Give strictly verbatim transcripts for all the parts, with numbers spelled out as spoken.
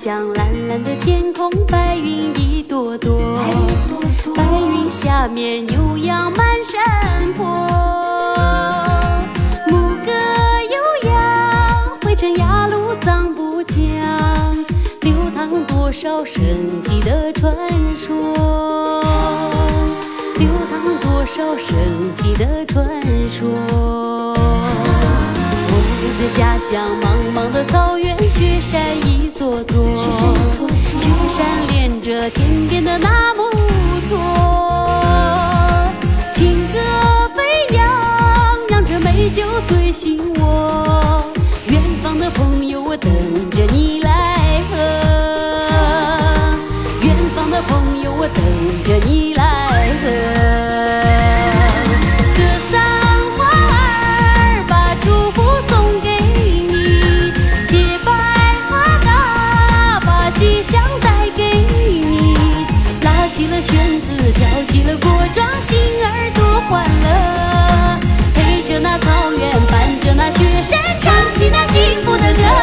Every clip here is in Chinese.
乡，蓝蓝的天空，白云一朵朵，白云下面牛羊满山坡，牧歌悠扬，汇成雅鲁藏布江，流淌多少神奇的传说，流淌多少神奇的传说。我的家乡，茫茫的草原，雪山一座座，雪山连着天边的那木错，情歌飞扬，让这美酒醉醒我。远方的朋友，我等着你来喝，远方的朋友，我等着你来喝。弦子跳起了果庄，心儿多欢乐，陪着那草原，伴着那雪山，唱起那幸福的歌。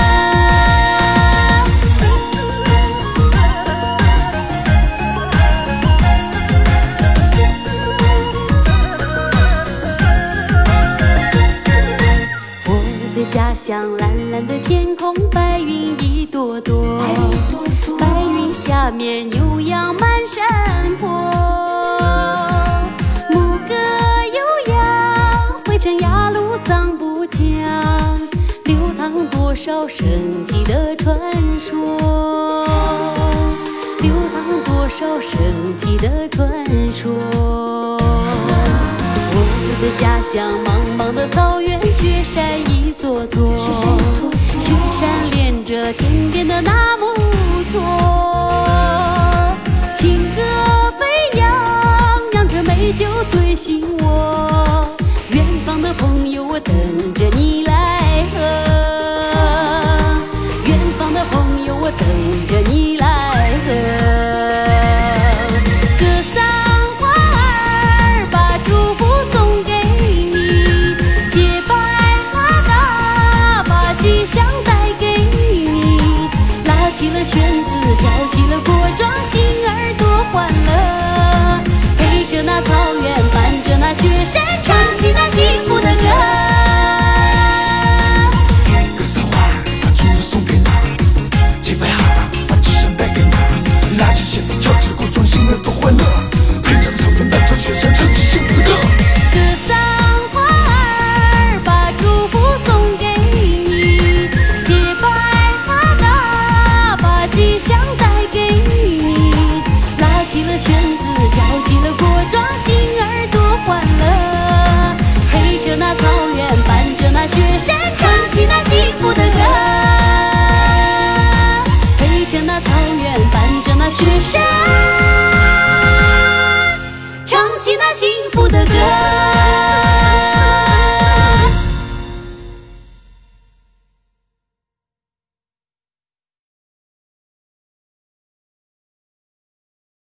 我的家乡，蓝蓝的天空，白云一朵朵，白云下面牛羊满山坡，牧歌悠扬，汇成雅鲁藏布江，流淌多少神奇的传说，流淌多少神奇的传说。我的家乡，茫茫的草原，雪山一座座，雪山连着天边的那木错，情歌飞扬，让这美酒醉醒我。远方的朋友，我等着你来喝，远方的朋友，我等着你来喝。歌桑花儿，把祝福送给你，洁白花大，把吉祥带给你，拉起了弦子，跳起了果庄，心儿多欢乐，陪着那草原，伴着那雪山，唱起那幸福的歌。 歌桑花儿，把祝福送给你，洁白哈达，把吉祥带给你，拉起弦子，跳起了果庄，心儿多欢乐，陪着草原，伴着雪山，唱起幸福的歌。 歌桑花儿，把祝福送给你，洁白花大，把吉祥带给你，拉起了弦子，跳起了果庄，心儿多欢乐，陪着那草原，伴着那雪山，唱起那幸福的歌。陪着那草原，伴着那雪山。